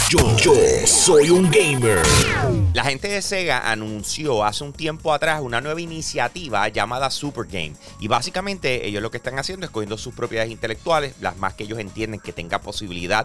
Yo soy un gamer. La gente de Sega anunció hace un tiempo atrás una nueva iniciativa llamada Super Game. Y básicamente ellos lo que están haciendo es cogiendo sus propiedades intelectuales, las más que ellos entienden que tenga posibilidad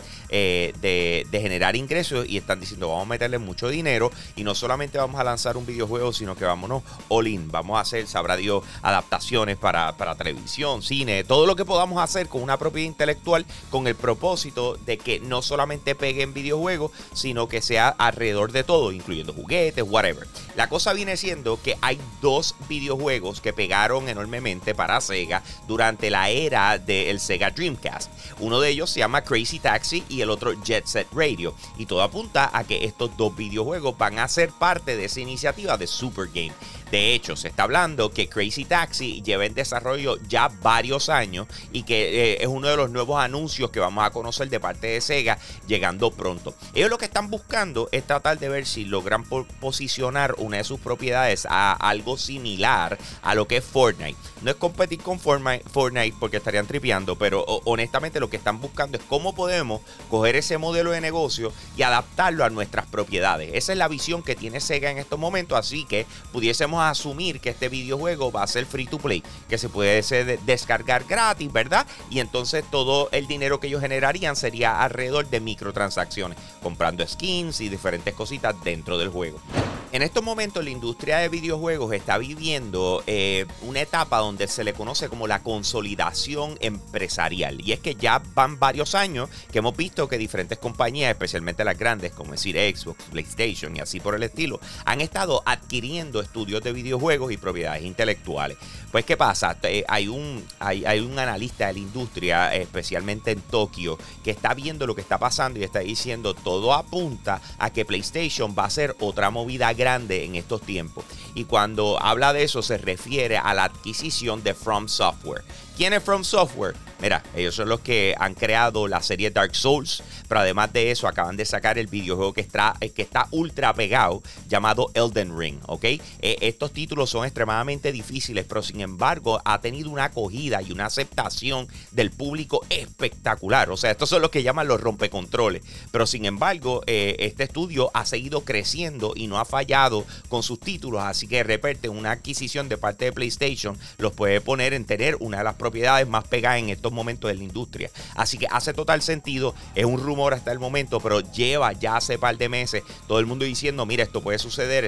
de generar ingresos, y están diciendo vamos a meterle mucho dinero y no solamente vamos a lanzar un videojuego, sino que vámonos all in. Vamos a hacer, sabrá Dios, adaptaciones para televisión, cine, todo lo que podamos hacer con una propiedad intelectual, con el propósito de que no solamente pegue en videojuegos, sino que sea alrededor de todo, incluyendo juguetes, whatever. La cosa viene siendo que hay dos videojuegos que pegaron enormemente para Sega durante la era del Sega Dreamcast. Uno de ellos se llama Crazy Taxi y el otro Jet Set Radio. Y todo apunta a que estos dos videojuegos van a ser parte de esa iniciativa de Super Game. De hecho, se está hablando que Crazy Taxi lleva en desarrollo ya varios años y que es uno de los nuevos anuncios que vamos a conocer de parte de Sega llegando pronto. Ellos lo que están buscando es tratar de ver si logran posicionar una de sus propiedades a algo similar a lo que es Fortnite. No es competir con Fortnite porque estarían tripeando, pero honestamente lo que están buscando es cómo podemos coger ese modelo de negocio y adaptarlo a nuestras propiedades. Esa es la visión que tiene Sega en estos momentos, así que pudiésemos asumir que este videojuego va a ser free to play, que se puede descargar gratis, ¿verdad? Y entonces todo el dinero que ellos generarían sería alrededor de microtransacciones, comprando skins y diferentes cositas dentro del juego. En estos momentos la industria de videojuegos está viviendo una etapa donde se le conoce como la consolidación empresarial. Y es que ya van varios años que hemos visto que diferentes compañías, especialmente las grandes, como decir Xbox, PlayStation y así por el estilo, han estado adquiriendo estudios de videojuegos y propiedades intelectuales. Pues, ¿qué pasa? Hay un analista de la industria, especialmente en Tokio, que está viendo lo que está pasando y está diciendo todo apunta a que PlayStation va a ser otra movida grande en estos tiempos. Y cuando habla de eso se refiere a la adquisición de From Software. ¿Quién es From Software? Mira, ellos son los que han creado la serie Dark Souls, pero además de eso acaban de sacar el videojuego que está ultra pegado llamado Elden Ring, ¿ok? Estos títulos son extremadamente difíciles, pero sin embargo ha tenido una acogida y una aceptación del público espectacular. O sea, estos son los que llaman los rompecontroles, pero sin embargo este estudio ha seguido creciendo y no ha fallado con sus títulos, así que repente una adquisición de parte de PlayStation los puede poner en tener una de las propiedades más pegadas en estos momentos de la industria. Así que hace total sentido, es un rumor hasta el momento, pero lleva ya hace par de meses todo el mundo diciendo, mira, esto puede suceder,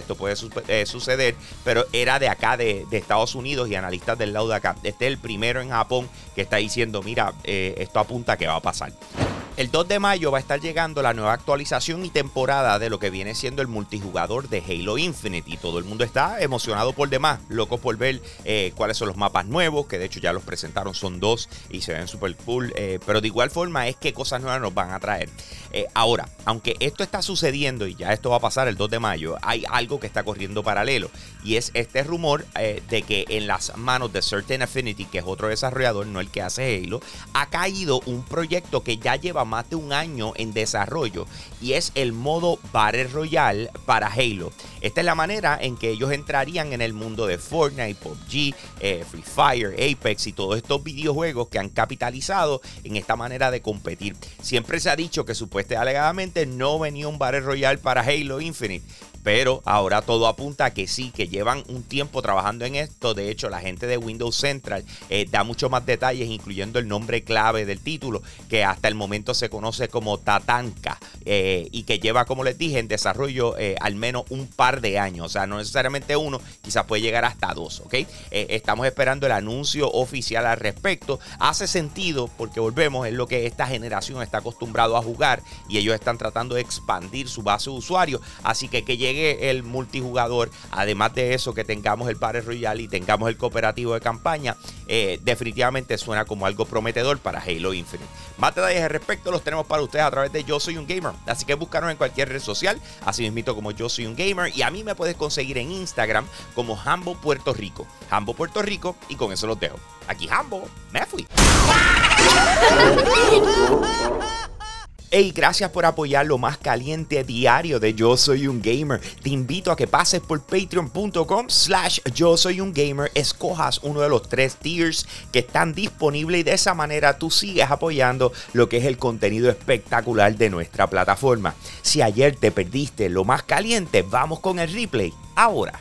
pero era de acá, de Estados Unidos, y analistas del lado de acá. Este es el primero en Japón que está diciendo, mira, esto apunta a que va a pasar. El 2 de mayo va a estar llegando la nueva actualización y temporada de lo que viene siendo el multijugador de Halo Infinite, y todo el mundo está emocionado por demás, locos por ver cuáles son los mapas nuevos, que de hecho ya los presentaron, son 2 y se ven súper cool, pero de igual forma es que cosas nuevas nos van a traer. Ahora, aunque esto está sucediendo y ya esto va a pasar el 2 de mayo, hay algo que está corriendo paralelo, y es este rumor de que en las manos de Certain Affinity, que es otro desarrollador, no el que hace Halo, ha caído un proyecto que ya lleva más de un año en desarrollo, y es el modo Battle Royale para Halo. Esta es la manera en que ellos entrarían en el mundo de Fortnite, PUBG, Free Fire, Apex y todos estos videojuegos que han capitalizado en esta manera de competir. Siempre se ha dicho que supuestamente alegadamente no venía un Battle Royale para Halo Infinite, pero ahora todo apunta a que sí, que llevan un tiempo trabajando en esto. De hecho, la gente de Windows Central da muchos más detalles, incluyendo el nombre clave del título, que hasta el momento se conoce como Tatanka, y que lleva, como les dije, en desarrollo al menos un par de años. O sea, no necesariamente uno, quizás puede llegar hasta 2, ¿ok? Estamos esperando el anuncio oficial al respecto. Hace sentido porque, volvemos, es lo que esta generación está acostumbrado a jugar, y ellos están tratando de expandir su base de usuarios. Así que llegue el multijugador, además de eso que tengamos el Battle Royale y tengamos el cooperativo de campaña, definitivamente suena como algo prometedor para Halo Infinite. Más detalles al respecto los tenemos para ustedes a través de Yo Soy Un Gamer, así que búscanos en cualquier red social, así mismito como Yo Soy Un Gamer, y a mí me puedes conseguir en Instagram como Hambo Puerto Rico, y con eso los dejo. Aquí Hambo, me fui. Hey, gracias por apoyar lo más caliente diario de Yo Soy Un Gamer. Te invito a que pases por patreon.com/Yo Soy Un Gamer, escojas uno de los 3 tiers que están disponibles y de esa manera tú sigues apoyando lo que es el contenido espectacular de nuestra plataforma. Si ayer te perdiste lo más caliente, vamos con el replay ahora.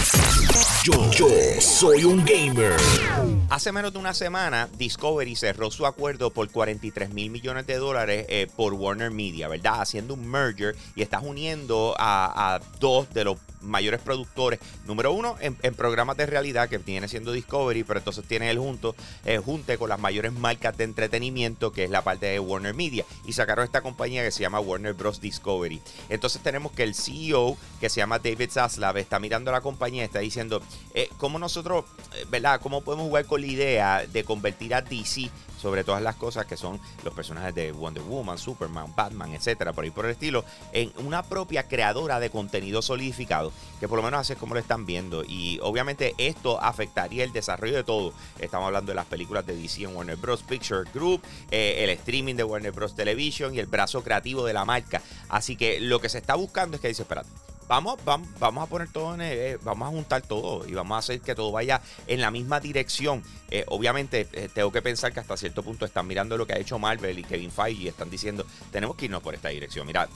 Yo soy un gamer. Hace menos de una semana, Discovery cerró su acuerdo por $43 mil millones por Warner Media, ¿verdad? Haciendo un merger y estás uniendo a 2 de los mayores productores. Número 1 en programas de realidad, que viene siendo Discovery, pero entonces tiene el junte con las mayores marcas de entretenimiento, que es la parte de Warner Media. Y sacaron esta compañía que se llama Warner Bros. Discovery. Entonces tenemos que el CEO, que se llama David Zaslav, está mirando a la compañía y está diciendo, ¿cómo nosotros, verdad? ¿Cómo podemos jugar con la idea de convertir a DC, sobre todas las cosas que son los personajes de Wonder Woman, Superman, Batman, etcétera, por ahí por el estilo, en una propia creadora de contenido solidificado, que por lo menos así es como lo están viendo? Y obviamente esto afectaría el desarrollo de todo. Estamos hablando de las películas de DC en Warner Bros. Picture Group, el streaming de Warner Bros. Television y el brazo creativo de la marca. Así que lo que se está buscando es que dice, espérate, vamos a poner todo vamos a juntar todo y vamos a hacer que todo vaya en la misma dirección. Obviamente tengo que pensar que hasta cierto punto están mirando lo que ha hecho Marvel y Kevin Feige y están diciendo, tenemos que irnos por esta dirección. Mira,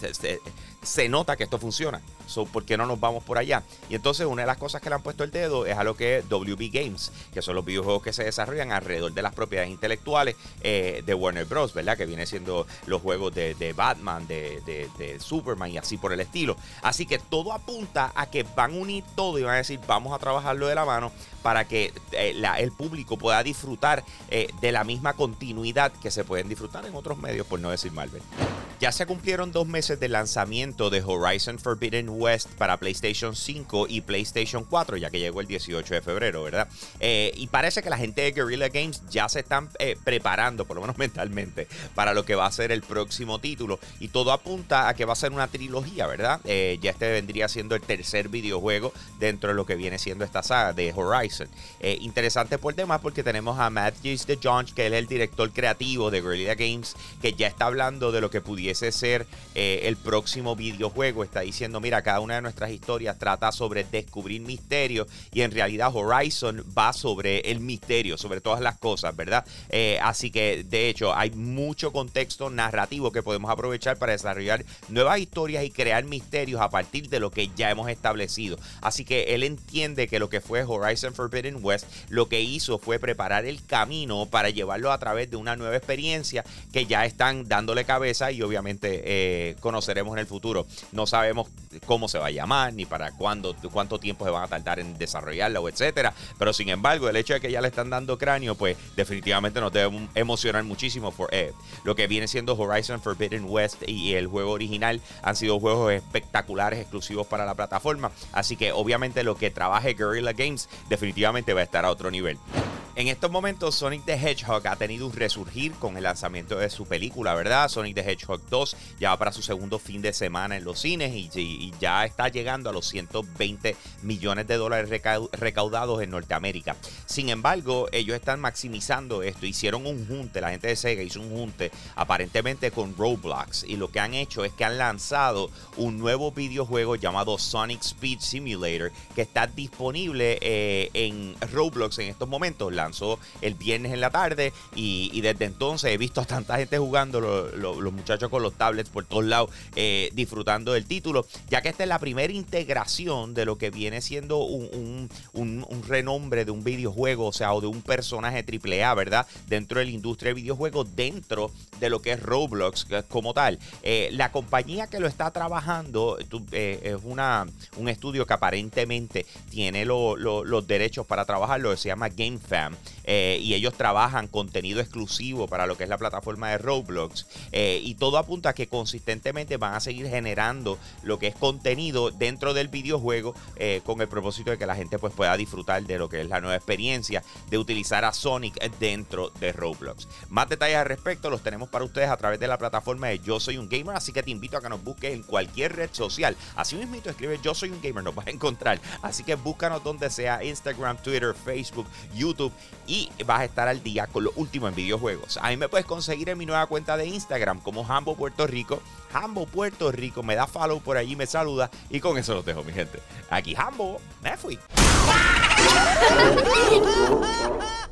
se nota que esto funciona, ¿por qué no nos vamos por allá? Y entonces una de las cosas que le han puesto el dedo es a lo que es WB Games, que son los videojuegos que se desarrollan alrededor de las propiedades intelectuales de Warner Bros., ¿verdad? Que viene siendo los juegos de Batman, de Superman y así por el estilo. Así que todo apunta a que van a unir todo y van a decir, vamos a trabajarlo de la mano para que el público pueda disfrutar de la misma continuidad que se pueden disfrutar en otros medios, por no decir Marvel. Ya se cumplieron 2 meses del lanzamiento de Horizon Forbidden West para PlayStation 5 y PlayStation 4, ya que llegó el 18 de febrero, ¿verdad? Y parece que la gente de Guerrilla Games ya se están preparando, por lo menos mentalmente, para lo que va a ser el próximo título. Y todo apunta a que va a ser una trilogía, ¿verdad? Ya este vendría siendo el tercer videojuego dentro de lo que viene siendo esta saga de Horizon. Interesante por demás porque tenemos a Matthews DeJohn's, que él es el director creativo de Guerrilla Games, que ya está hablando de lo que pudiese ser el próximo videojuego. Está diciendo, mira, cada una de nuestras historias trata sobre descubrir misterios y en realidad Horizon va sobre el misterio, sobre todas las cosas, ¿verdad? Así que de hecho hay mucho contexto narrativo que podemos aprovechar para desarrollar nuevas historias y crear misterios a partir de lo que ya hemos establecido. Así que él entiende que lo que fue Horizon Forbidden West lo que hizo fue preparar el camino para llevarlo a través de una nueva experiencia que ya están dándole cabeza y obviamente conoceremos en el futuro. No sabemos cómo se va a llamar ni para cuánto tiempo se van a tardar en desarrollarla o etcétera, pero sin embargo el hecho de que ya le están dando cráneo pues definitivamente nos debe emocionar muchísimo. Lo que viene siendo Horizon Forbidden West y el juego original han sido juegos espectaculares exclusivos para la plataforma, así que obviamente lo que trabaje Guerrilla Games definitivamente va a estar a otro nivel. En estos momentos Sonic the Hedgehog ha tenido un resurgir con el lanzamiento de su película, ¿verdad? Sonic the Hedgehog 2 ya va para su segundo fin de semana en los cines y ya está llegando a los $120 millones recaudados en Norteamérica. Sin embargo, ellos están maximizando esto. Hicieron un junte, la gente de Sega hizo un junte aparentemente con Roblox y lo que han hecho es que han lanzado un nuevo videojuego llamado Sonic Speed Simulator que está disponible en Roblox en estos momentos. Lanzó el viernes en la tarde y desde entonces he visto a tanta gente jugando, los muchachos con los tablets por todos lados, disfrutando del título, ya que esta es la primera integración de lo que viene siendo un renombre de un videojuego, o sea, o de un personaje AAA, ¿verdad? Dentro de la industria de videojuegos, dentro de lo que es Roblox como tal. La compañía que lo está trabajando es un estudio que aparentemente tiene los derechos para trabajarlo, se llama GameFam. Y ellos trabajan contenido exclusivo para lo que es la plataforma de Roblox, y todo apunta a que consistentemente van a seguir generando lo que es contenido dentro del videojuego, con el propósito de que la gente pues pueda disfrutar de lo que es la nueva experiencia de utilizar a Sonic dentro de Roblox. Más detalles al respecto los tenemos para ustedes a través de la plataforma de Yo Soy Un Gamer, así que te invito a que nos busques en cualquier red social. Así mismo escribe Yo Soy Un Gamer, nos vas a encontrar, así que búscanos donde sea, Instagram, Twitter, Facebook, YouTube, y vas a estar al día con lo último en videojuegos. A mí me puedes conseguir en mi nueva cuenta de Instagram como Hambo Puerto Rico. Hambo Puerto Rico, me da follow por allí, me saluda y con eso los dejo, mi gente. Aquí Hambo, me fui.